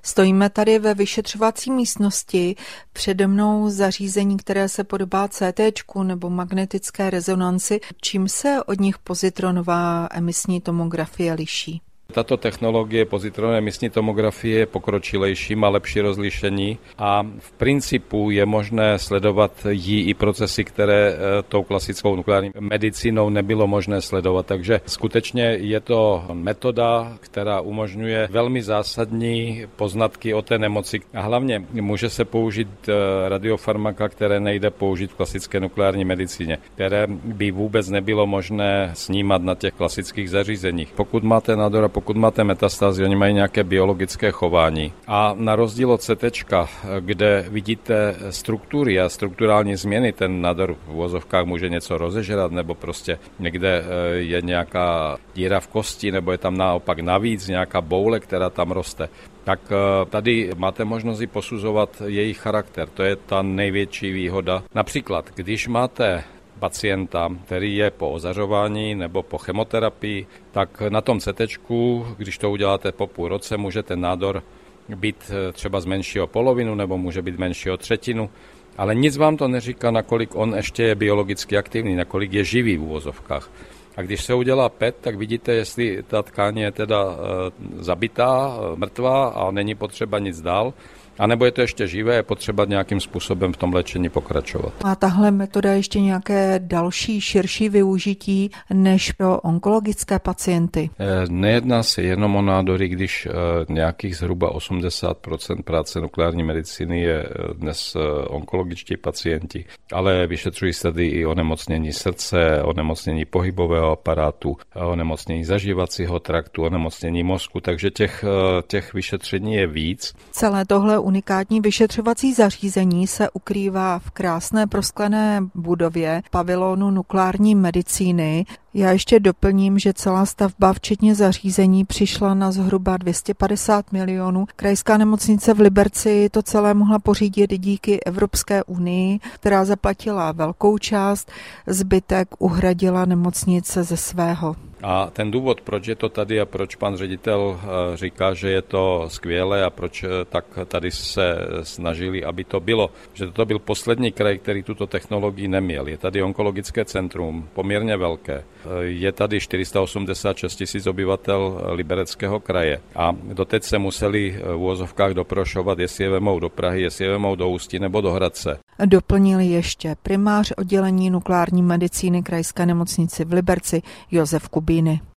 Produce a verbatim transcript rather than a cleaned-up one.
Stojíme tady ve vyšetřovací místnosti, přede mnou zařízení, které se podobá cé téčku nebo magnetické rezonanci. Čím se od nich pozitronová emisní tomografie liší? Tato technologie pozitronové emisní tomografie je pokročilejší, má lepší rozlišení a v principu je možné sledovat jí i procesy, které tou klasickou nukleární medicínou nebylo možné sledovat. Takže skutečně je to metoda, která umožňuje velmi zásadní poznatky o té nemoci. A hlavně může se použít radiofarmaka, které nejde použít v klasické nukleární medicíně, které by vůbec nebylo možné snímat na těch klasických zařízeních. Pokud máte nádor a pokud máte metastázy, oni mají nějaké biologické chování. A na rozdíl od cé téčka, kde vidíte struktury a strukturální změny, ten nádor v uvozovkách může něco rozežrat, nebo prostě někde je nějaká díra v kosti, nebo je tam naopak navíc nějaká boule, která tam roste. Tak tady máte možnost i posuzovat její charakter. To je ta největší výhoda. Například, když máte pacienta, který je po ozařování nebo po chemoterapii, tak na tom cé téčku, když to uděláte po půl roce, může ten nádor být třeba z menšího polovinu nebo může být menší o třetinu, ale nic vám to neříká, nakolik on ještě je biologicky aktivní, nakolik je živý v uvozovkách. A když se udělá pé é té, tak vidíte, jestli ta tkáň je teda e, zabitá, mrtvá a není potřeba nic dál, a nebo je to ještě živé, je potřeba nějakým způsobem v tom léčení pokračovat. A tahle metoda ještě nějaké další, širší využití než pro onkologické pacienty? Nejedná se jenom o nádory, když nějakých zhruba osmdesát procent práce nukleární medicíny je dnes onkologičtí pacienti, ale vyšetřují se tady i onemocnění srdce, onemocnění pohybového aparátu, onemocnění zažívacího traktu, onemocnění mozku, takže těch, těch vyšetření je víc. Celé tohle unikátní vyšetřovací zařízení se ukrývá v krásné prosklené budově pavilonu nukleární medicíny. Já ještě doplním, že celá stavba, včetně zařízení, přišla na zhruba dvě stě padesát milionů. Krajská nemocnice v Liberci to celé mohla pořídit díky Evropské unii, která zaplatila velkou část, zbytek uhradila nemocnice ze svého. A ten důvod, proč je to tady a proč pan ředitel říká, že je to skvělé a proč tak tady se snažili, aby to bylo, že to byl poslední kraj, který tuto technologii neměl. Je tady onkologické centrum, poměrně velké. Je tady čtyři sta osmdesát šest tisíc obyvatel Libereckého kraje a doteď se museli v uvozovkách doprošovat, jestli je vemou do Prahy, jestli je vemou do Ústí nebo do Hradce. Doplnili ještě primář oddělení nukleární medicíny Krajské nemocnice v Liberci Josef Kubíny.